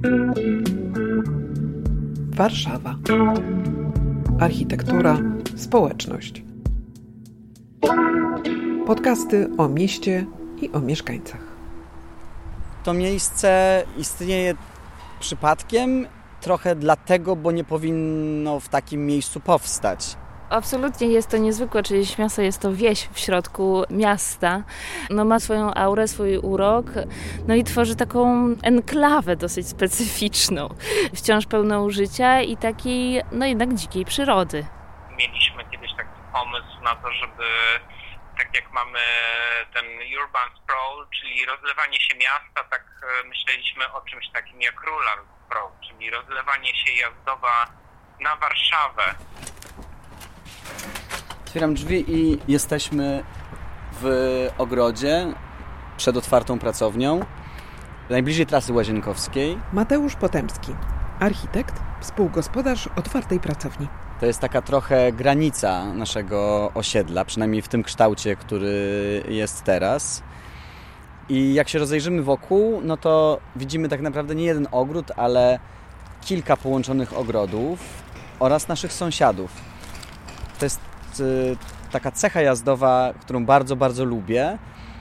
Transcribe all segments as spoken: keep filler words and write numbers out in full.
Warszawa. Architektura, społeczność. Podcasty o mieście i o mieszkańcach. To miejsce istnieje przypadkiem, trochę dlatego, bo nie powinno w takim miejscu powstać. Absolutnie jest to niezwykłe, czyli miasto jest to wieś w środku miasta. No, ma swoją aurę, swój urok, no i tworzy taką enklawę dosyć specyficzną, wciąż pełną życia i takiej, no jednak dzikiej przyrody. Mieliśmy kiedyś taki pomysł na to, żeby tak jak mamy ten urban sprawl, czyli rozlewanie się miasta, tak myśleliśmy o czymś takim jak rural sprawl, czyli rozlewanie się jazdowa na Warszawę. Otwieram drzwi i jesteśmy w ogrodzie przed otwartą pracownią, najbliżej trasy Łazienkowskiej. Mateusz Potemski, architekt, współgospodarz otwartej pracowni. To jest taka trochę granica naszego osiedla, przynajmniej w tym kształcie, który jest teraz. I jak się rozejrzymy wokół, no to widzimy tak naprawdę nie jeden ogród, ale kilka połączonych ogrodów oraz naszych sąsiadów. To jest taka cecha jazdowa, którą bardzo, bardzo lubię,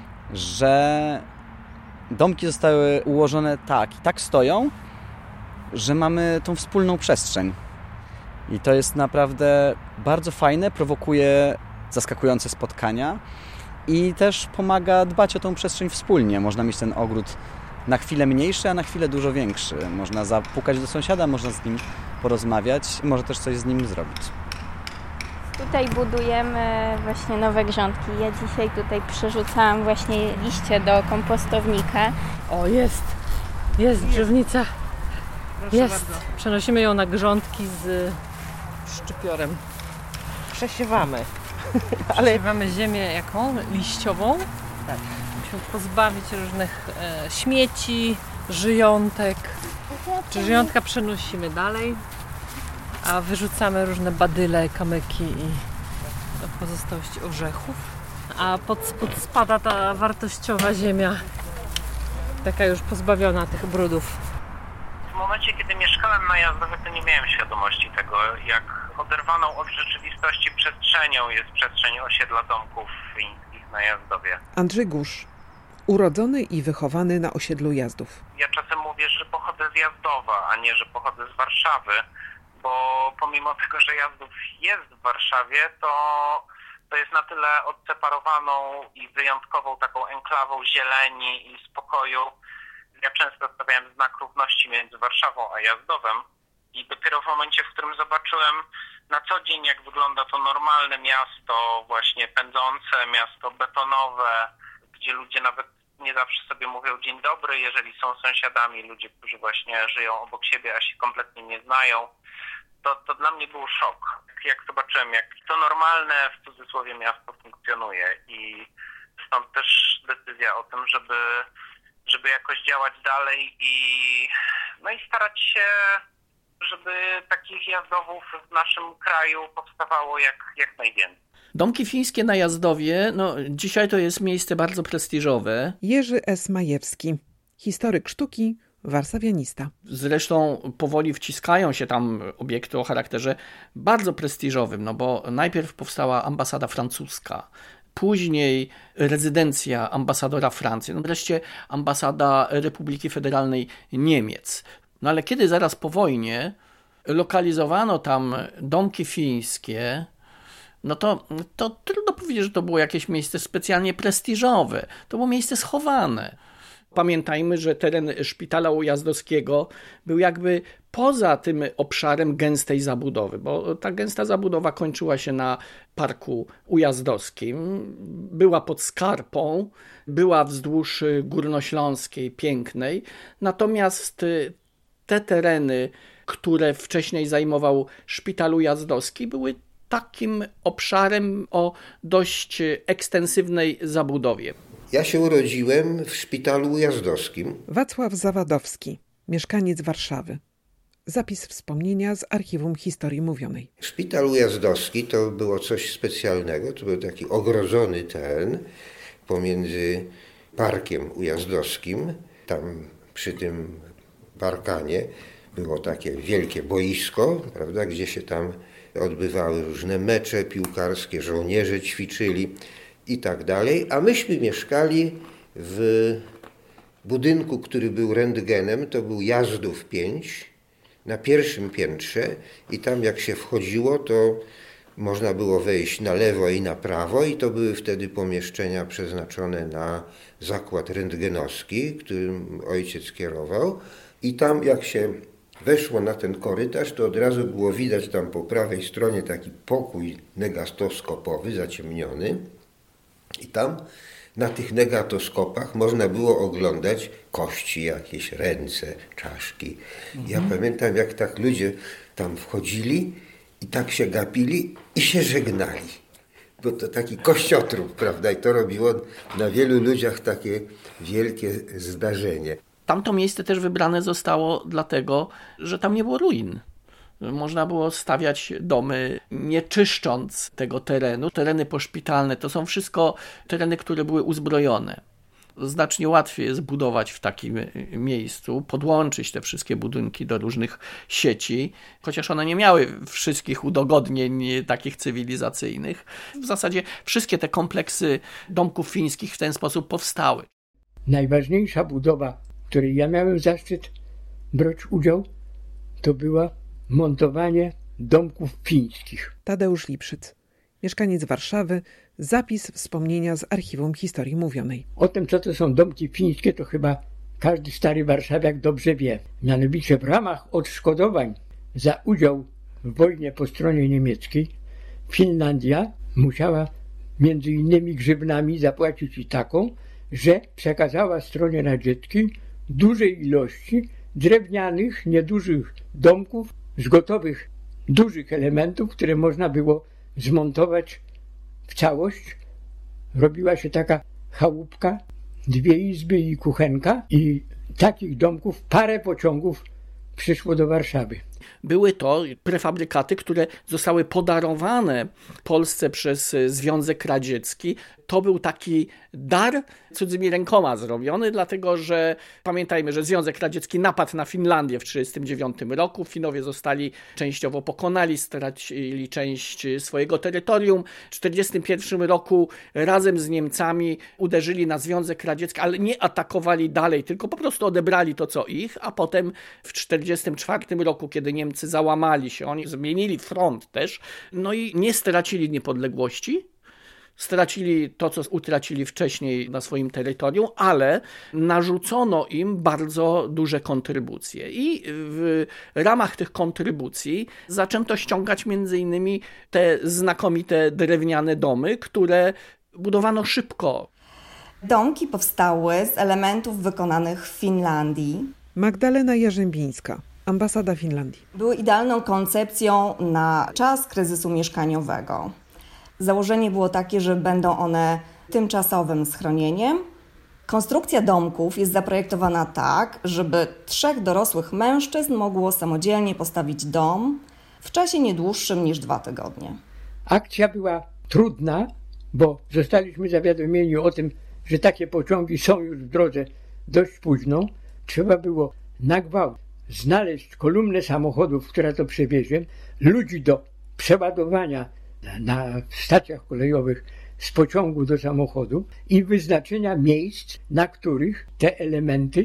że domki zostały ułożone tak i tak stoją, że mamy tą wspólną przestrzeń. I to jest naprawdę bardzo fajne, prowokuje zaskakujące spotkania i też pomaga dbać o tą przestrzeń wspólnie. Można mieć ten ogród na chwilę mniejszy, a na chwilę dużo większy. Można zapukać do sąsiada, można z nim porozmawiać, może też coś z nim zrobić. Tutaj budujemy właśnie nowe grządki. Ja dzisiaj tutaj przerzucałam właśnie liście do kompostownika. O, jest, jest drzewnica. Proszę jest. bardzo. Przenosimy ją na grządki z szczypiorem. Przesiewamy. Ale Przesiewamy ziemię jaką? Liściową. Tak. Musimy pozbawić różnych e, śmieci, żyjątek. Czy żyjątka przenosimy dalej, a wyrzucamy różne badyle, kamyki i pozostałości orzechów. A pod spód spada ta wartościowa ziemia, taka już pozbawiona tych brudów. W momencie, kiedy mieszkałem na Jazdowie, to nie miałem świadomości tego, jak oderwaną od rzeczywistości przestrzenią jest przestrzeń osiedla domków fińskich na Jazdowie. Andrzej Gusz, urodzony i wychowany na osiedlu Jazdów. Ja czasem mówię, że pochodzę z Jazdowa, a nie, że pochodzę z Warszawy, bo pomimo tego, że Jazdów jest w Warszawie, to, to jest na tyle odseparowaną i wyjątkową taką enklawą zieleni i spokoju. Ja często stawiałem znak równości między Warszawą a Jazdowem i dopiero w momencie, w którym zobaczyłem na co dzień, jak wygląda to normalne miasto, właśnie pędzące, miasto betonowe, gdzie ludzie nawet nie zawsze sobie mówią dzień dobry, jeżeli są sąsiadami, ludzie, którzy właśnie żyją obok siebie, a się kompletnie nie znają, to, to dla mnie był szok. Jak zobaczyłem, jak to normalne w cudzysłowie miasto funkcjonuje i stąd też decyzja o tym, żeby, żeby jakoś działać dalej i, no i starać się, żeby takich jazdowów w naszym kraju powstawało jak, jak najwięcej. Domki fińskie na Jazdowie, no dzisiaj to jest miejsce bardzo prestiżowe. Jerzy S. Majewski, historyk sztuki, warszawianista. Zresztą powoli wciskają się tam obiekty o charakterze bardzo prestiżowym, no bo najpierw powstała ambasada francuska, później rezydencja ambasadora Francji, no wreszcie ambasada Republiki Federalnej Niemiec. No ale kiedy zaraz po wojnie lokalizowano tam domki fińskie, no to, to trudno powiedzieć, że to było jakieś miejsce specjalnie prestiżowe. To było miejsce schowane. Pamiętajmy, że teren szpitala ujazdowskiego był jakby poza tym obszarem gęstej zabudowy, bo ta gęsta zabudowa kończyła się na parku ujazdowskim, była pod Skarpą, była wzdłuż Górnośląskiej, pięknej, natomiast te tereny, które wcześniej zajmował szpital ujazdowski, były takim obszarem o dość ekstensywnej zabudowie. Ja się urodziłem w szpitalu ujazdowskim. Wacław Zawadowski, mieszkaniec Warszawy. Zapis wspomnienia z Archiwum Historii Mówionej. Szpital ujazdowski to było coś specjalnego. To był taki ogrodzony teren pomiędzy parkiem ujazdowskim. Tam przy tym parkanie było takie wielkie boisko, prawda, gdzie się tam odbywały różne mecze piłkarskie, żołnierze ćwiczyli i tak dalej, a myśmy mieszkali w budynku, który był rentgenem, to był Jazdów pięć, na pierwszym piętrze i tam jak się wchodziło, to można było wejść na lewo i na prawo i to były wtedy pomieszczenia przeznaczone na zakład rentgenowski, którym ojciec kierował i tam jak się weszło na ten korytarz, to od razu było widać tam po prawej stronie taki pokój negatoskopowy, zaciemniony i tam na tych negatoskopach można było oglądać kości jakieś, ręce, czaszki. Mhm. Ja pamiętam, jak tak ludzie tam wchodzili i tak się gapili i się żegnali. Bo to taki kościotrup, prawda? I to robiło na wielu ludziach takie wielkie zdarzenie. Tamto miejsce też wybrane zostało dlatego, że tam nie było ruin. Można było stawiać domy nie czyszcząc tego terenu. Tereny poszpitalne to są wszystko tereny, które były uzbrojone. Znacznie łatwiej jest budować w takim miejscu, podłączyć te wszystkie budynki do różnych sieci, chociaż one nie miały wszystkich udogodnień takich cywilizacyjnych. W zasadzie wszystkie te kompleksy domków fińskich w ten sposób powstały. Najważniejsza budowa, w której ja miałem zaszczyt brać udział, to była montowanie domków fińskich. Tadeusz Lipszyc, mieszkaniec Warszawy, zapis wspomnienia z Archiwum Historii Mówionej. O tym, co to są domki fińskie, to chyba każdy stary warszawiak dobrze wie. Mianowicie w ramach odszkodowań za udział w wojnie po stronie niemieckiej Finlandia musiała między innymi grzywnami zapłacić i taką, że przekazała stronie radzieckiej dużej ilości drewnianych, niedużych domków z gotowych, dużych elementów, które można było zmontować w całość. Robiła się taka chałupka, dwie izby i kuchenka i takich domków parę pociągów przyszło do Warszawy. Były to prefabrykaty, które zostały podarowane Polsce przez Związek Radziecki. To był taki dar cudzymi rękoma zrobiony, dlatego że pamiętajmy, że Związek Radziecki napadł na Finlandię w tysiąc dziewięćset trzydziestym dziewiątym roku. Finowie zostali częściowo pokonani, stracili część swojego terytorium. W tysiąc dziewięćset czterdziestym pierwszym roku razem z Niemcami uderzyli na Związek Radziecki, ale nie atakowali dalej, tylko po prostu odebrali to, co ich, a potem w tysiąc dziewięćset czterdziestym czwartym roku, kiedy Niemcy załamali się, oni zmienili front też, no i nie stracili niepodległości, stracili to, co utracili wcześniej na swoim terytorium, ale narzucono im bardzo duże kontrybucje. I w ramach tych kontrybucji zaczęto ściągać między innymi te znakomite drewniane domy, które budowano szybko. Domki powstały z elementów wykonanych w Finlandii. Magdalena Jarzębińska, ambasada Finlandii. Były idealną koncepcją na czas kryzysu mieszkaniowego. Założenie było takie, że będą one tymczasowym schronieniem. Konstrukcja domków jest zaprojektowana tak, żeby trzech dorosłych mężczyzn mogło samodzielnie postawić dom w czasie nie dłuższym niż dwa tygodnie. Akcja była trudna, bo zostaliśmy zawiadomieni o tym, że takie pociągi są już w drodze dość późno. Trzeba było na gwałt znaleźć kolumnę samochodów, która to przewiezie, ludzi do przeładowania na stacjach kolejowych z pociągu do samochodu i wyznaczenia miejsc, na których te elementy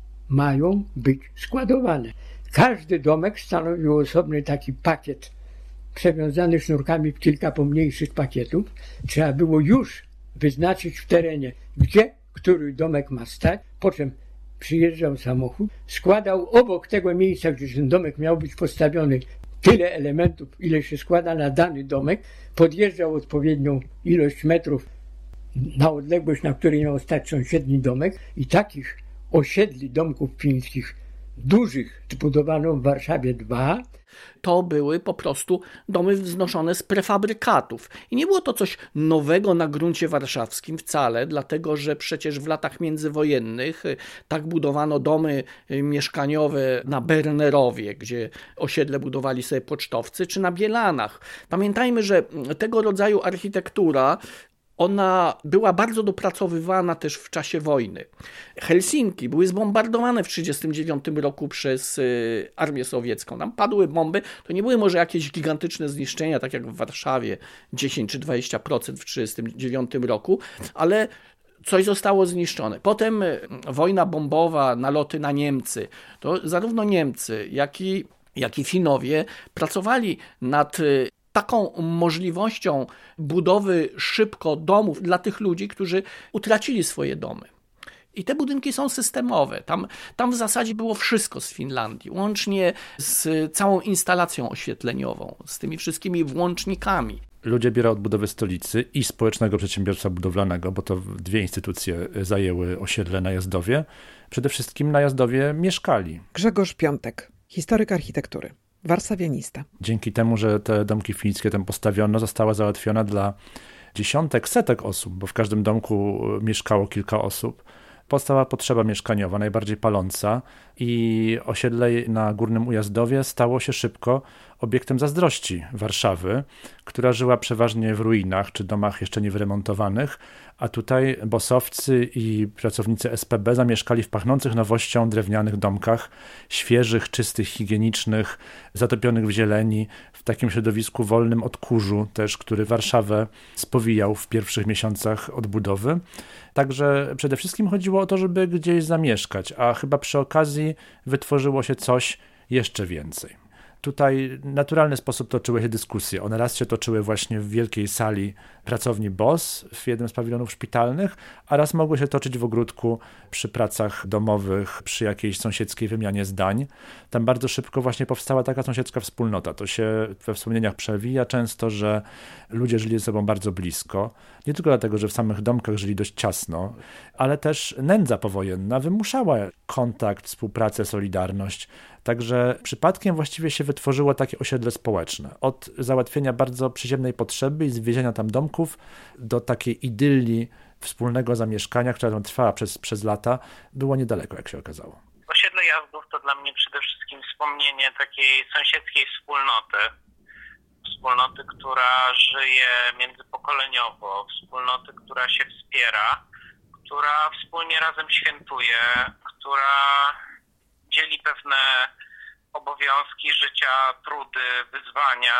mają być składowane. Każdy domek stanowił osobny taki pakiet przewiązany sznurkami w kilka pomniejszych pakietów. Trzeba było już wyznaczyć w terenie, gdzie który domek ma stać, po czym przyjeżdżał samochód, składał obok tego miejsca, gdzie ten domek miał być postawiony, tyle elementów, ile się składa na dany domek, podjeżdżał odpowiednią ilość metrów na odległość, na której miał stać sąsiedni domek i takich osiedli domków fińskich dużych zbudowano w Warszawie dwa. To były po prostu domy wznoszone z prefabrykatów. I nie było to coś nowego na gruncie warszawskim wcale, dlatego że przecież w latach międzywojennych tak budowano domy mieszkaniowe na Bernerowie, gdzie osiedle budowali sobie pocztowcy, czy na Bielanach. Pamiętajmy, że tego rodzaju architektura ona była bardzo dopracowywana też w czasie wojny. Helsinki były zbombardowane w tysiąc dziewięćset trzydziestym dziewiątym roku przez armię sowiecką. Tam padły bomby, to nie były może jakieś gigantyczne zniszczenia, tak jak w Warszawie dziesięć czy dwadzieścia procent w tysiąc dziewięćset trzydziestym dziewiątym roku, ale coś zostało zniszczone. Potem wojna bombowa, naloty na Niemcy. To zarówno Niemcy, jak i, jak i Finowie pracowali nad taką możliwością budowy szybko domów dla tych ludzi, którzy utracili swoje domy. I te budynki są systemowe. Tam, tam w zasadzie było wszystko z Finlandii, łącznie z całą instalacją oświetleniową, z tymi wszystkimi włącznikami. Ludzie biorą od budowy stolicy i Społecznego Przedsiębiorstwa Budowlanego, bo to dwie instytucje zajęły osiedle na Jazdowie. Przede wszystkim na Jazdowie mieszkali. Grzegorz Piątek, historyk architektury, warszawianista. Dzięki temu, że te domki finickie tam postawiono, została załatwiona dla dziesiątek, setek osób, bo w każdym domku mieszkało kilka osób. Powstała potrzeba mieszkaniowa, najbardziej paląca, i osiedle na Górnym Ujazdowie stało się szybko obiektem zazdrości Warszawy, która żyła przeważnie w ruinach czy domach jeszcze niewyremontowanych, a tutaj bosowcy i pracownicy S P B zamieszkali w pachnących nowością drewnianych domkach, świeżych, czystych, higienicznych, zatopionych w zieleni, w takim środowisku wolnym od kurzu też, który Warszawę spowijał w pierwszych miesiącach odbudowy. Także przede wszystkim chodziło o to, żeby gdzieś zamieszkać, a chyba przy okazji wytworzyło się coś jeszcze więcej. Tutaj w naturalny sposób toczyły się dyskusje. One raz się toczyły właśnie w wielkiej sali pracowni B O S w jednym z pawilonów szpitalnych, a raz mogły się toczyć w ogródku przy pracach domowych, przy jakiejś sąsiedzkiej wymianie zdań. Tam bardzo szybko właśnie powstała taka sąsiedzka wspólnota. To się we wspomnieniach przewija często, że ludzie żyli ze sobą bardzo blisko. Nie tylko dlatego, że w samych domkach żyli dość ciasno, ale też nędza powojenna wymuszała kontakt, współpracę, solidarność. Także przypadkiem właściwie się wytworzyło takie osiedle społeczne. Od załatwienia bardzo przyziemnej potrzeby i zwiezienia tam domków do takiej idylii wspólnego zamieszkania, która tam trwała przez, przez lata, było niedaleko, jak się okazało. Osiedle Jazdów to dla mnie przede wszystkim wspomnienie takiej sąsiedzkiej wspólnoty. Wspólnoty, która żyje międzypokoleniowo, wspólnoty, która się wspiera, która wspólnie razem świętuje, która dzieli pewne obowiązki życia, trudy, wyzwania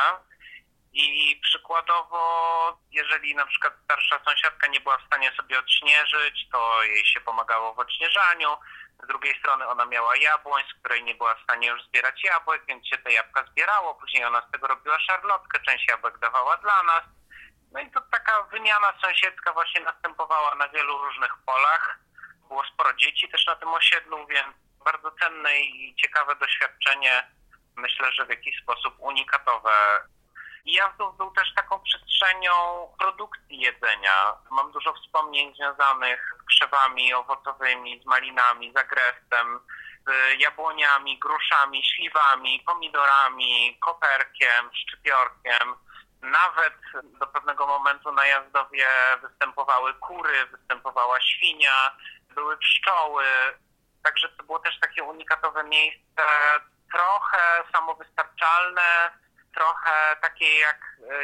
i przykładowo, jeżeli na przykład starsza sąsiadka nie była w stanie sobie odśnieżyć, to jej się pomagało w odśnieżaniu. Z drugiej strony ona miała jabłoń, z której nie była w stanie już zbierać jabłek, więc się te jabłka zbierało. Później ona z tego robiła szarlotkę, część jabłek dawała dla nas. No i to taka wymiana sąsiedzka właśnie następowała na wielu różnych polach. Było sporo dzieci też na tym osiedlu, więc bardzo cenne i ciekawe doświadczenie, myślę, że w jakiś sposób unikatowe. I Jazdów był też taką przestrzenią produkcji jedzenia. Mam dużo wspomnień związanych z krzewami owocowymi, z malinami, z agresem, z jabłoniami, gruszami, śliwami, pomidorami, koperkiem, szczypiorkiem. Nawet do pewnego momentu na Jazdowie występowały kury, występowała świnia, były pszczoły. Także to było też takie unikatowe miejsce, trochę samowystarczalne, trochę takie jak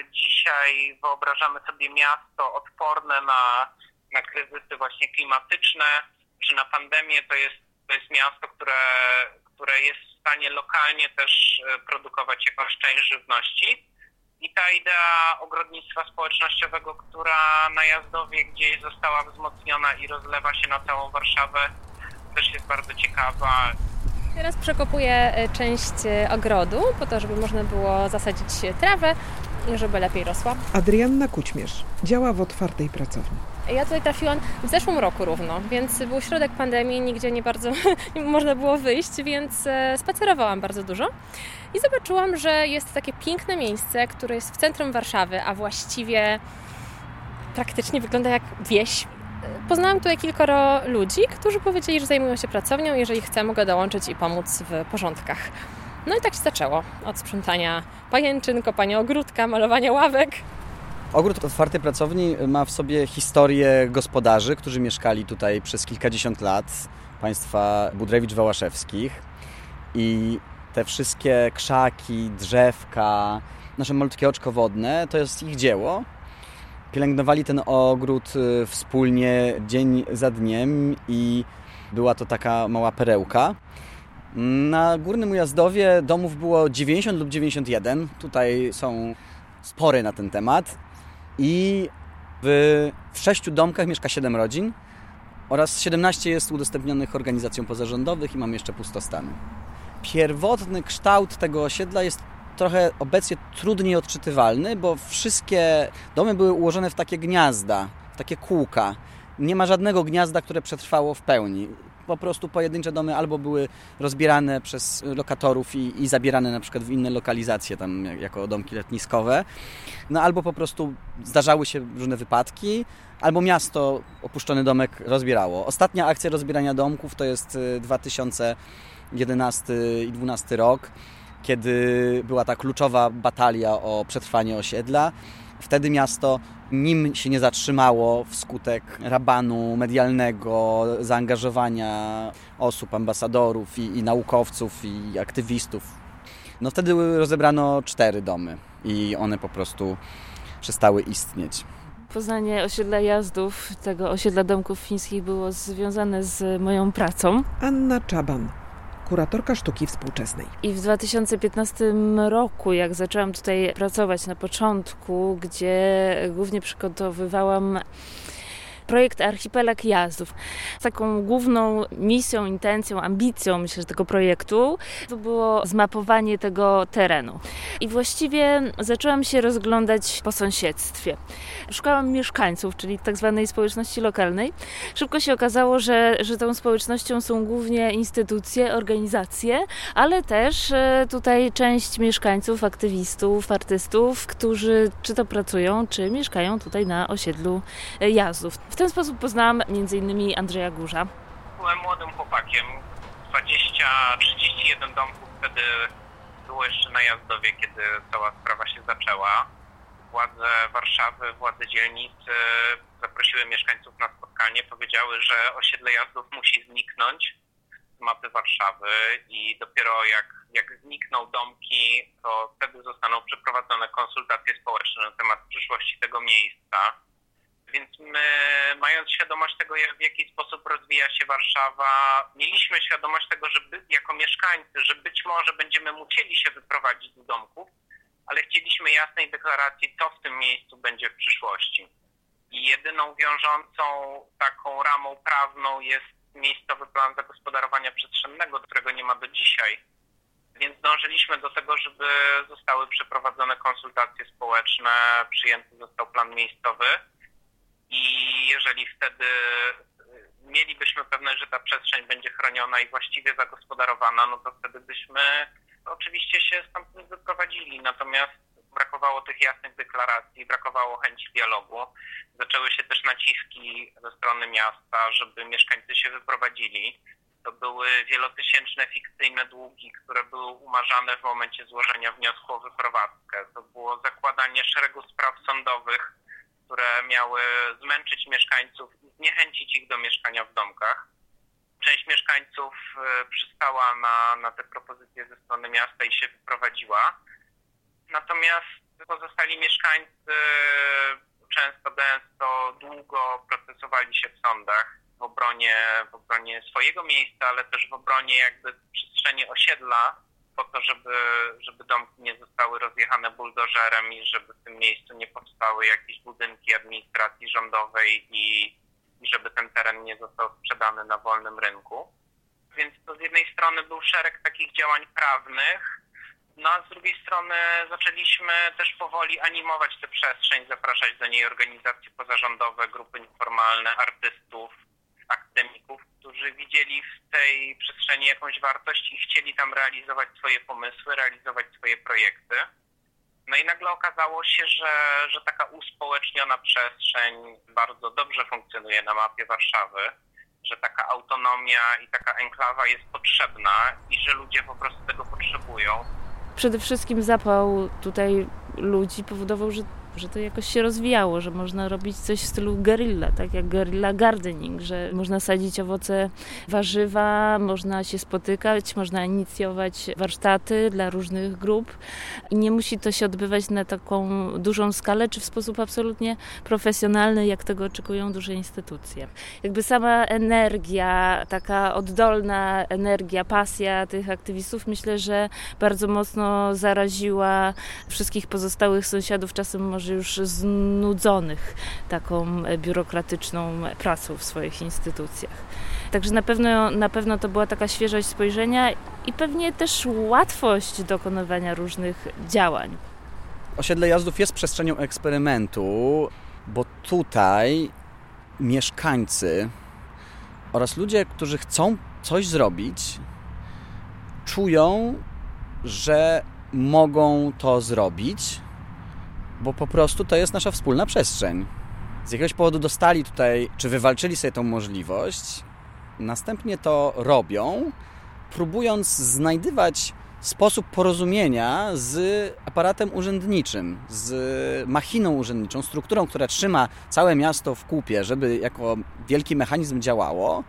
dzisiaj wyobrażamy sobie miasto odporne na, na kryzysy właśnie klimatyczne, czy na pandemię. To jest, to jest miasto, które, które jest w stanie lokalnie też produkować jakąś część żywności. I ta idea ogrodnictwa społecznościowego, która na Jazdowie gdzieś została wzmocniona i rozlewa się na całą Warszawę, też jest bardzo ciekawa. Teraz przekopuję część ogrodu po to, żeby można było zasadzić trawę i żeby lepiej rosła. Adrianna Kućmierz działa w otwartej pracowni. Ja tutaj trafiłam w zeszłym roku równo, więc był środek pandemii, nigdzie nie bardzo nie można było wyjść, więc spacerowałam bardzo dużo i zobaczyłam, że jest takie piękne miejsce, które jest w centrum Warszawy, a właściwie praktycznie wygląda jak wieś. Poznałam tutaj kilkoro ludzi, którzy powiedzieli, że zajmują się pracownią i jeżeli chcę, mogę dołączyć i pomóc w porządkach. No i tak się zaczęło. Od sprzątania pajęczyn, kopania ogródka, malowania ławek. Ogród otwartej pracowni ma w sobie historię gospodarzy, którzy mieszkali tutaj przez kilkadziesiąt lat, państwa Budrewicz-Wałaszewskich. I te wszystkie krzaki, drzewka, nasze malutkie oczko wodne, to jest ich dzieło. Pielęgnowali ten ogród wspólnie dzień za dniem i była to taka mała perełka. Na Górnym Ujazdowie domów było dziewięćdziesiąt lub dziewięćdziesiąt jeden. Tutaj są spory na ten temat. I w, w sześciu domkach mieszka siedem rodzin oraz siedemnaście jest udostępnionych organizacjom pozarządowych i mam jeszcze pustostany. Pierwotny kształt tego osiedla jest trochę obecnie trudniej odczytywalny, bo wszystkie domy były ułożone w takie gniazda, w takie kółka. Nie ma żadnego gniazda, które przetrwało w pełni. Po prostu pojedyncze domy albo były rozbierane przez lokatorów i, i zabierane na przykład w inne lokalizacje, tam jako domki letniskowe, no albo po prostu zdarzały się różne wypadki, albo miasto opuszczony domek rozbierało. Ostatnia akcja rozbierania domków to jest dwa tysiące jedenasty i dwa tysiące dwunasty rok, kiedy była ta kluczowa batalia o przetrwanie osiedla. Wtedy miasto, nim się nie zatrzymało wskutek rabanu medialnego, zaangażowania osób, ambasadorów i, i naukowców i aktywistów, no wtedy rozebrano cztery domy i one po prostu przestały istnieć. Poznanie osiedla Jazdów, tego osiedla domków fińskich było związane z moją pracą. Anna Czaban, kuratorka sztuki współczesnej. I w dwa tysiące piętnastym roku, jak zaczęłam tutaj pracować na początku, gdzie głównie przygotowywałam projekt Archipelag Jazdów. Taką główną misją, intencją, ambicją, myślę, że tego projektu to było zmapowanie tego terenu. I właściwie zaczęłam się rozglądać po sąsiedztwie. Szukałam mieszkańców, czyli tak zwanej społeczności lokalnej. Szybko się okazało, że, że tą społecznością są głównie instytucje, organizacje, ale też tutaj część mieszkańców, aktywistów, artystów, którzy czy to pracują, czy mieszkają tutaj na osiedlu Jazdów. W ten sposób poznałam między innymi Andrzeja Górza. Byłem młodym chłopakiem, dwadzieścia trzydzieści jeden domków wtedy było jeszcze na Jazdowie, kiedy cała sprawa się zaczęła. Władze Warszawy, władze dzielnicy zaprosiły mieszkańców na spotkanie, powiedziały, że osiedle Jazdów musi zniknąć z mapy Warszawy i dopiero jak, jak znikną domki, to wtedy zostaną przeprowadzone konsultacje społeczne na temat przyszłości tego miejsca. Więc my, mając świadomość tego, jak, w jaki sposób rozwija się Warszawa, mieliśmy świadomość tego, że by, jako mieszkańcy, że być może będziemy musieli się wyprowadzić z domków, ale chcieliśmy jasnej deklaracji, co w tym miejscu będzie w przyszłości. I jedyną wiążącą taką ramą prawną jest miejscowy plan zagospodarowania przestrzennego, którego nie ma do dzisiaj. Więc dążyliśmy do tego, żeby zostały przeprowadzone konsultacje społeczne, przyjęty został plan miejscowy. I jeżeli wtedy mielibyśmy pewność, że ta przestrzeń będzie chroniona i właściwie zagospodarowana, no to wtedy byśmy oczywiście się stamtąd wyprowadzili. Natomiast brakowało tych jasnych deklaracji, brakowało chęci dialogu. Zaczęły się też naciski ze strony miasta, żeby mieszkańcy się wyprowadzili. To były wielotysięczne fikcyjne długi, które były umarzane w momencie złożenia wniosku o wyprowadzkę. To było zakładanie szeregu spraw sądowych, które miały zmęczyć mieszkańców i zniechęcić ich do mieszkania w domkach. Część mieszkańców przystała na, na te propozycje ze strony miasta i się wyprowadziła. Natomiast pozostali mieszkańcy często, gęsto, długo procesowali się w sądach w obronie, w obronie swojego miejsca, ale też w obronie jakby przestrzeni osiedla, po to, żeby, żeby domki nie zostały rozjechane buldożerem i żeby w tym miejscu nie powstały jakieś budynki administracji rządowej i, i żeby ten teren nie został sprzedany na wolnym rynku. Więc to z jednej strony był szereg takich działań prawnych, no a z drugiej strony zaczęliśmy też powoli animować tę przestrzeń, zapraszać do niej organizacje pozarządowe, grupy nieformalne, artystów, akademików, którzy widzieli w tej przestrzeni jakąś wartość i chcieli tam realizować swoje pomysły, realizować swoje projekty. No i nagle okazało się, że, że taka uspołeczniona przestrzeń bardzo dobrze funkcjonuje na mapie Warszawy, że taka autonomia i taka enklawa jest potrzebna i że ludzie po prostu tego potrzebują. Przede wszystkim zapał tutaj ludzi powodował, że że to jakoś się rozwijało, że można robić coś w stylu guerrilla, tak jak guerrilla gardening, że można sadzić owoce, warzywa, można się spotykać, można inicjować warsztaty dla różnych grup i nie musi to się odbywać na taką dużą skalę, czy w sposób absolutnie profesjonalny, jak tego oczekują duże instytucje. Jakby sama energia, taka oddolna energia, pasja tych aktywistów, myślę, że bardzo mocno zaraziła wszystkich pozostałych sąsiadów, czasem może już znudzonych taką biurokratyczną pracą w swoich instytucjach. Także na pewno, na pewno to była taka świeżość spojrzenia i pewnie też łatwość dokonywania różnych działań. Osiedle Jazdów jest przestrzenią eksperymentu, bo tutaj mieszkańcy oraz ludzie, którzy chcą coś zrobić, czują, że mogą to zrobić, bo po prostu to jest nasza wspólna przestrzeń. Z jakiegoś powodu dostali tutaj, czy wywalczyli sobie tą możliwość, następnie to robią, próbując znajdywać sposób porozumienia z aparatem urzędniczym, z machiną urzędniczą, strukturą, która trzyma całe miasto w kupie, żeby jako wielki mechanizm działało.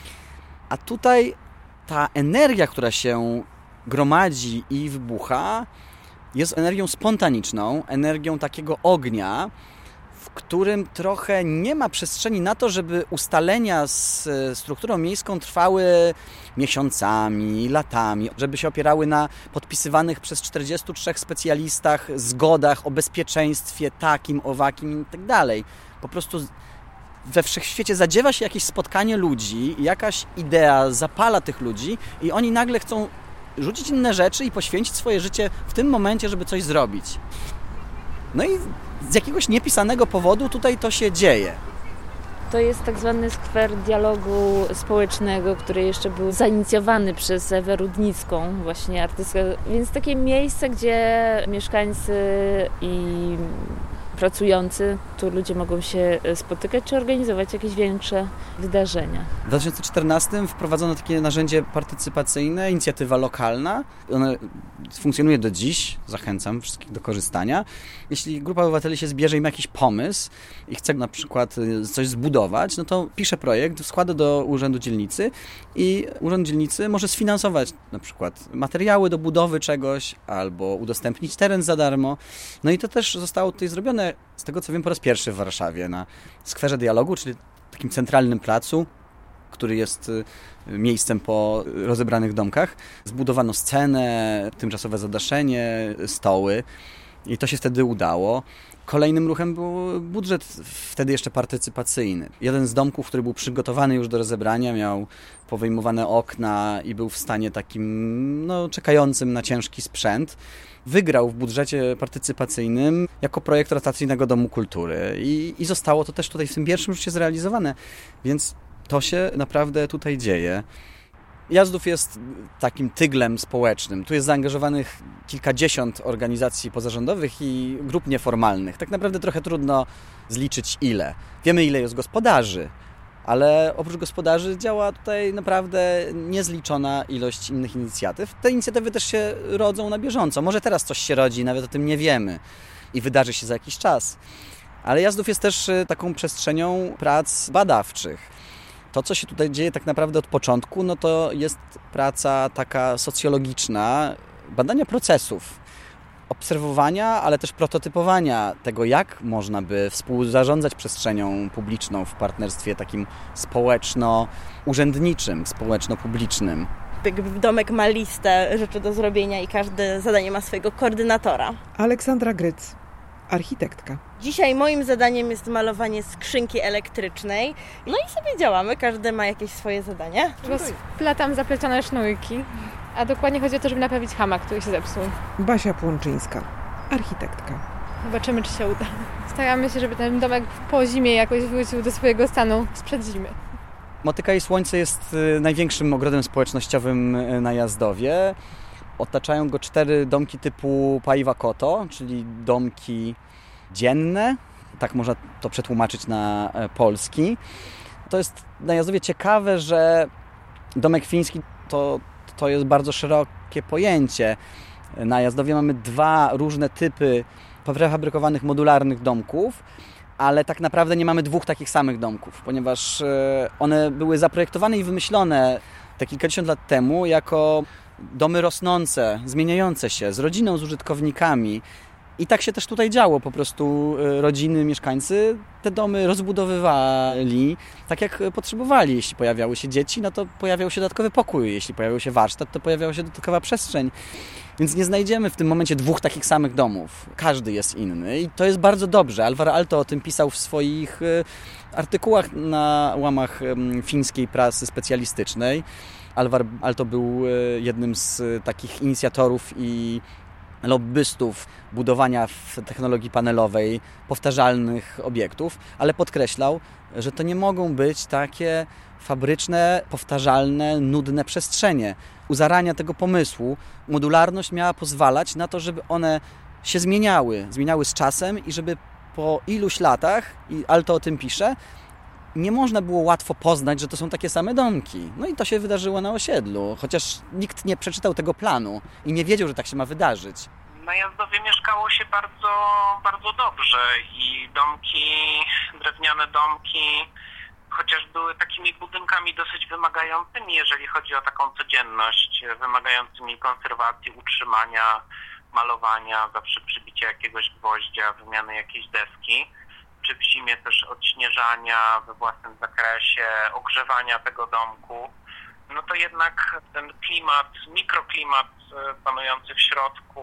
A tutaj ta energia, która się gromadzi i wybucha, jest energią spontaniczną, energią takiego ognia, w którym trochę nie ma przestrzeni na to, żeby ustalenia z strukturą miejską trwały miesiącami, latami, żeby się opierały na podpisywanych przez czterdziestu trzech specjalistach zgodach o bezpieczeństwie takim, owakim i tak dalej. Po prostu we wszechświecie zadziewa się jakieś spotkanie ludzi, jakaś idea zapala tych ludzi i oni nagle chcą rzucić inne rzeczy i poświęcić swoje życie w tym momencie, żeby coś zrobić. No i z jakiegoś niepisanego powodu tutaj to się dzieje. To jest tak zwany skwer dialogu społecznego, który jeszcze był zainicjowany przez Ewę Rudnicką, właśnie artystkę. Więc takie miejsce, gdzie mieszkańcy i pracujący, tu ludzie mogą się spotykać czy organizować jakieś większe wydarzenia. W dwa tysiące czternastym wprowadzono takie narzędzie partycypacyjne, inicjatywa lokalna. Ona funkcjonuje do dziś, zachęcam wszystkich do korzystania. Jeśli grupa obywateli się zbierze i ma jakiś pomysł i chce na przykład coś zbudować, no to pisze projekt, składa do Urzędu Dzielnicy i Urząd Dzielnicy może sfinansować na przykład materiały do budowy czegoś albo udostępnić teren za darmo. No i to też zostało tutaj zrobione, z tego co wiem, po raz pierwszy w Warszawie na Skwerze Dialogu, czyli takim centralnym placu, który jest miejscem po rozebranych domkach. Zbudowano scenę, tymczasowe zadaszenie, stoły i to się wtedy udało. Kolejnym ruchem był budżet, wtedy jeszcze partycypacyjny. Jeden z domków, który był przygotowany już do rozebrania, miał powyjmowane okna i był w stanie takim, no, czekającym na ciężki sprzęt. Wygrał w budżecie partycypacyjnym jako projekt rotacyjnego domu kultury i, i zostało to też tutaj w tym pierwszym rzucie zrealizowane, więc to się naprawdę tutaj dzieje. Jazdów jest takim tyglem społecznym. Tu jest zaangażowanych kilkadziesiąt organizacji pozarządowych i grup nieformalnych. Tak naprawdę trochę trudno zliczyć ile. Wiemy, ile jest gospodarzy, ale oprócz gospodarzy działa tutaj naprawdę niezliczona ilość innych inicjatyw. Te inicjatywy też się rodzą na bieżąco. Może teraz coś się rodzi, nawet o tym nie wiemy i wydarzy się za jakiś czas. Ale Jazdów jest też taką przestrzenią prac badawczych. To, co się tutaj dzieje tak naprawdę od początku, no to jest praca taka socjologiczna, badania procesów, obserwowania, ale też prototypowania tego, jak można by współzarządzać przestrzenią publiczną w partnerstwie takim społeczno-urzędniczym, społeczno-publicznym. Jakby domek ma listę rzeczy do zrobienia i każde zadanie ma swojego koordynatora. Aleksandra Gryc, architektka. Dzisiaj moim zadaniem jest malowanie skrzynki elektrycznej. No i sobie działamy, każdy ma jakieś swoje zadania. Splatam zaplecione sznurki, a dokładnie chodzi o to, żeby naprawić hamak, który się zepsuł. Basia Płonczyńska, architektka. Zobaczymy, czy się uda. Staramy się, żeby ten domek po zimie jakoś wrócił do swojego stanu sprzed zimy. Motyka i Słońce jest największym ogrodem społecznościowym na Jazdowie. Otaczają go cztery domki typu Paiva Koto, czyli domki dzienne. Tak można to przetłumaczyć na polski. To jest na Jazdowie ciekawe, że domek fiński to, to jest bardzo szerokie pojęcie. Na Jazdowie mamy dwa różne typy prefabrykowanych modularnych domków, ale tak naprawdę nie mamy dwóch takich samych domków, ponieważ one były zaprojektowane i wymyślone te kilkadziesiąt lat temu jako domy rosnące, zmieniające się, z rodziną, z użytkownikami. I tak się też tutaj działo, po prostu rodziny, mieszkańcy te domy rozbudowywali tak jak potrzebowali. Jeśli pojawiały się dzieci, no to pojawiał się dodatkowy pokój, jeśli pojawił się warsztat, to pojawiała się dodatkowa przestrzeń. Więc nie znajdziemy w tym momencie dwóch takich samych domów. Każdy jest inny i to jest bardzo dobrze. Alvaro Aalto o tym pisał w swoich artykułach na łamach fińskiej prasy specjalistycznej. Alvaro Aalto był jednym z takich inicjatorów i lobbystów budowania w technologii panelowej powtarzalnych obiektów, ale podkreślał, że to nie mogą być takie fabryczne, powtarzalne, nudne przestrzenie. U zarania tego pomysłu modularność miała pozwalać na to, żeby one się zmieniały, zmieniały z czasem i żeby po iluś latach, i Aalto o tym pisze, nie można było łatwo poznać, że to są takie same domki. No i to się wydarzyło na osiedlu, chociaż nikt nie przeczytał tego planu i nie wiedział, że tak się ma wydarzyć. Na Jazdowie mieszkało się bardzo, bardzo dobrze i domki, drewniane domki, chociaż były takimi budynkami dosyć wymagającymi, jeżeli chodzi o taką codzienność, wymagającymi konserwacji, utrzymania, malowania, zawsze przybicia jakiegoś gwoździa, wymiany jakiejś deski, czy w zimie też odśnieżania we własnym zakresie, ogrzewania tego domku, no to jednak ten klimat, mikroklimat panujący w środku,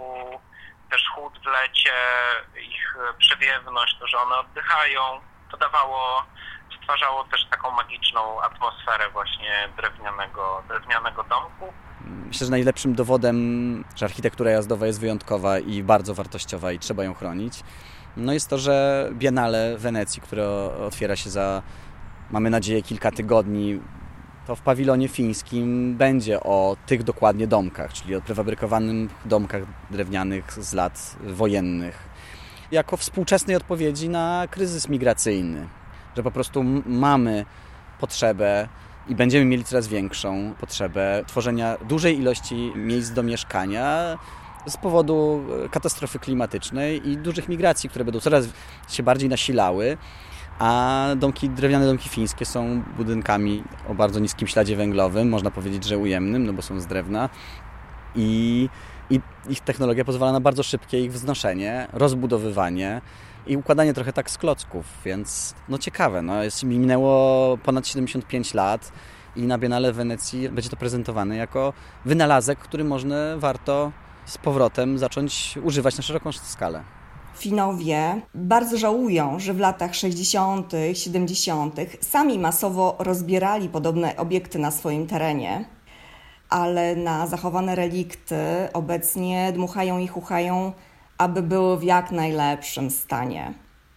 też chłód w lecie, ich przewiewność, to, że one oddychają, to dawało, stwarzało też taką magiczną atmosferę właśnie drewnianego, drewnianego domku. Myślę, że najlepszym dowodem, że architektura jazdowa jest wyjątkowa i bardzo wartościowa i trzeba ją chronić, no jest to, że Biennale w Wenecji, które otwiera się za, mamy nadzieję, kilka tygodni, to w pawilonie fińskim będzie o tych dokładnie domkach, czyli o prefabrykowanych domkach drewnianych z lat wojennych, jako współczesnej odpowiedzi na kryzys migracyjny, że po prostu mamy potrzebę i będziemy mieli coraz większą potrzebę tworzenia dużej ilości miejsc do mieszkania z powodu katastrofy klimatycznej i dużych migracji, które będą coraz się bardziej nasilały. A domki, drewniane domki fińskie są budynkami o bardzo niskim śladzie węglowym, można powiedzieć, że ujemnym, no bo są z drewna i, i ich technologia pozwala na bardzo szybkie ich wznoszenie, rozbudowywanie i układanie trochę tak z klocków, więc no ciekawe, no jest, minęło ponad siedemdziesiąt pięć lat i na Biennale w Wenecji będzie to prezentowane jako wynalazek, który można, warto z powrotem zacząć używać na szeroką skalę. Finowie bardzo żałują, że w latach sześćdziesiątych, siedemdziesiątych sami masowo rozbierali podobne obiekty na swoim terenie, ale na zachowane relikty obecnie dmuchają i chuchają, aby były w jak najlepszym stanie.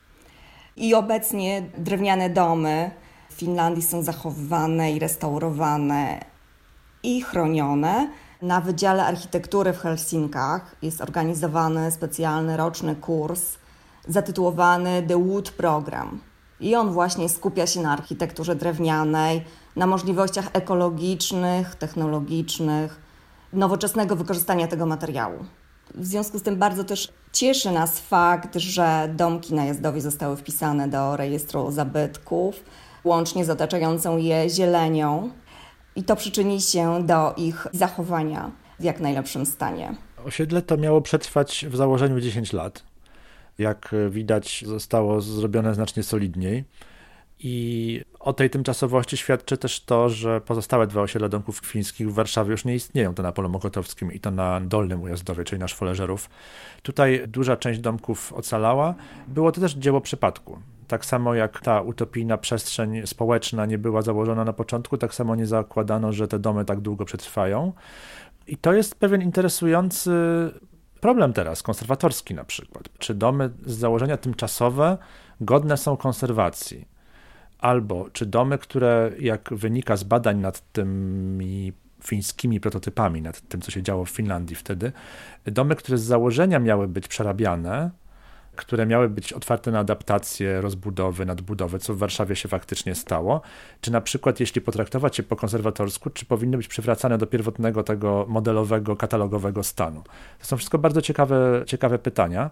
I obecnie drewniane domy w Finlandii są zachowywane i restaurowane i chronione. Na Wydziale Architektury w Helsinkach jest organizowany specjalny roczny kurs zatytułowany The Wood Program. I on właśnie skupia się na architekturze drewnianej, na możliwościach ekologicznych, technologicznych, nowoczesnego wykorzystania tego materiału. W związku z tym bardzo też cieszy nas fakt, że domki na Jazdowie zostały wpisane do rejestru zabytków, łącznie z otaczającą je zielenią. I to przyczyni się do ich zachowania w jak najlepszym stanie. Osiedle to miało przetrwać w założeniu dziesięć lat. Jak widać, zostało zrobione znacznie solidniej. I o tej tymczasowości świadczy też to, że pozostałe dwa osiedla domków fińskich w Warszawie już nie istnieją. To na Polu Mokotowskim i to na Dolnym Ujazdowie, czyli na Szwoleżerów. Tutaj duża część domków ocalała. Było to też dzieło przypadku. Tak samo jak ta utopijna przestrzeń społeczna nie była założona na początku, tak samo nie zakładano, że te domy tak długo przetrwają. I to jest pewien interesujący problem teraz, konserwatorski na przykład. Czy domy z założenia tymczasowe godne są konserwacji? Albo czy domy, które jak wynika z badań nad tymi fińskimi prototypami, nad tym, co się działo w Finlandii wtedy, domy, które z założenia miały być przerabiane, które miały być otwarte na adaptacje, rozbudowy, nadbudowy, co w Warszawie się faktycznie stało. Czy na przykład, jeśli potraktować je po konserwatorsku, czy powinny być przywracane do pierwotnego tego modelowego, katalogowego stanu? To są wszystko bardzo ciekawe, ciekawe pytania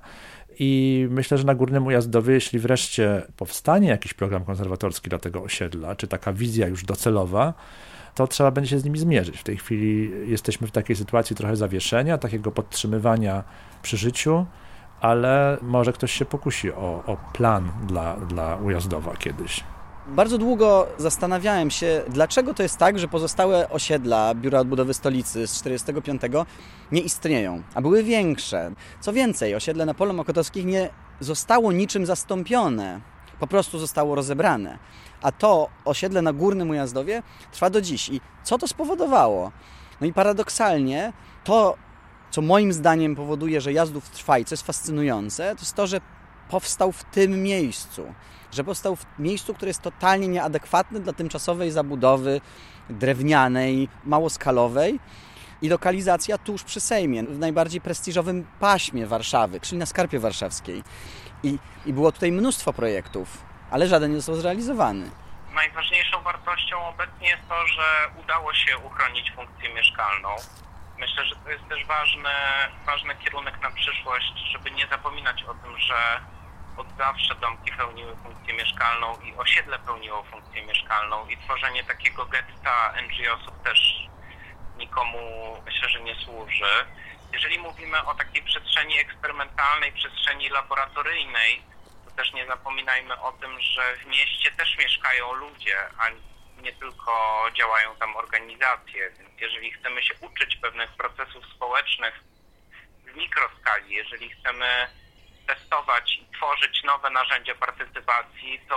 i myślę, że na Górnym Ujazdowie, jeśli wreszcie powstanie jakiś program konserwatorski dla tego osiedla, czy taka wizja już docelowa, to trzeba będzie się z nimi zmierzyć. W tej chwili jesteśmy w takiej sytuacji trochę zawieszenia, takiego podtrzymywania przy życiu, ale może ktoś się pokusi o, o plan dla, dla Ujazdowa kiedyś. Bardzo długo zastanawiałem się, dlaczego to jest tak, że pozostałe osiedla Biura Odbudowy Stolicy z tysiąc dziewięćset czterdziestego piątego nie istnieją, a były większe. Co więcej, osiedle na Polu Mokotowskich nie zostało niczym zastąpione, po prostu zostało rozebrane. A to osiedle na Górnym Ujazdowie trwa do dziś. I co to spowodowało? No i paradoksalnie to, co moim zdaniem powoduje, że Jazdów trwa i co jest fascynujące, to jest to, że powstał w tym miejscu. Że powstał w miejscu, które jest totalnie nieadekwatne dla tymczasowej zabudowy drewnianej, małoskalowej i lokalizacja tuż przy Sejmie, w najbardziej prestiżowym paśmie Warszawy, czyli na Skarpie Warszawskiej. I, i było tutaj mnóstwo projektów, ale żaden nie został zrealizowany. Najważniejszą wartością obecnie jest to, że udało się uchronić funkcję mieszkalną. Myślę, że to jest też ważny, ważny kierunek na przyszłość, żeby nie zapominać o tym, że od zawsze domki pełniły funkcję mieszkalną i osiedle pełniło funkcję mieszkalną i tworzenie takiego getta N G O-sów też nikomu, myślę, że nie służy. Jeżeli mówimy o takiej przestrzeni eksperymentalnej, przestrzeni laboratoryjnej, to też nie zapominajmy o tym, że w mieście też mieszkają ludzie, a nie tylko działają tam organizacje. Więc jeżeli chcemy się uczyć pewnych procesów społecznych w mikroskali, jeżeli chcemy testować i tworzyć nowe narzędzia partycypacji, to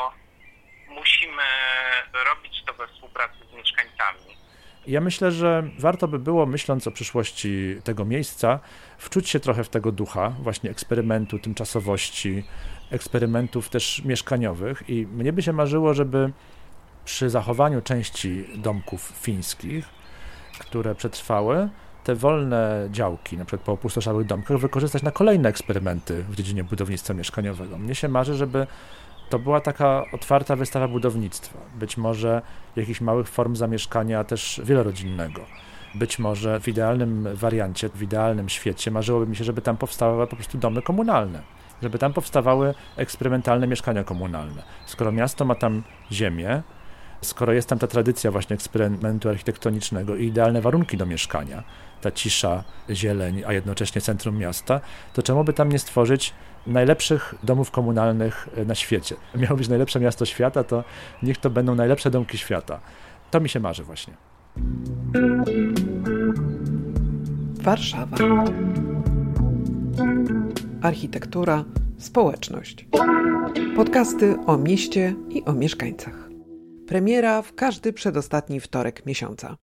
musimy robić to we współpracy z mieszkańcami. Ja myślę, że warto by było, myśląc o przyszłości tego miejsca, wczuć się trochę w tego ducha właśnie eksperymentu, tymczasowości, eksperymentów też mieszkaniowych i mnie by się marzyło, żeby przy zachowaniu części domków fińskich, które przetrwały, te wolne działki, na przykład po opustoszałych domkach, wykorzystać na kolejne eksperymenty w dziedzinie budownictwa mieszkaniowego. Mnie się marzy, żeby to była taka otwarta wystawa budownictwa, być może jakichś małych form zamieszkania też wielorodzinnego. Być może w idealnym wariancie, w idealnym świecie marzyłoby mi się, żeby tam powstawały po prostu domy komunalne, żeby tam powstawały eksperymentalne mieszkania komunalne. Skoro miasto ma tam ziemię, skoro jest tam ta tradycja właśnie eksperymentu architektonicznego i idealne warunki do mieszkania, ta cisza, zieleń, a jednocześnie centrum miasta, to czemu by tam nie stworzyć najlepszych domów komunalnych na świecie? Miało być najlepsze miasto świata, to niech to będą najlepsze domki świata. To mi się marzy właśnie. Warszawa. Architektura, społeczność. Podcasty o mieście i o mieszkańcach. Premiera w każdy przedostatni wtorek miesiąca.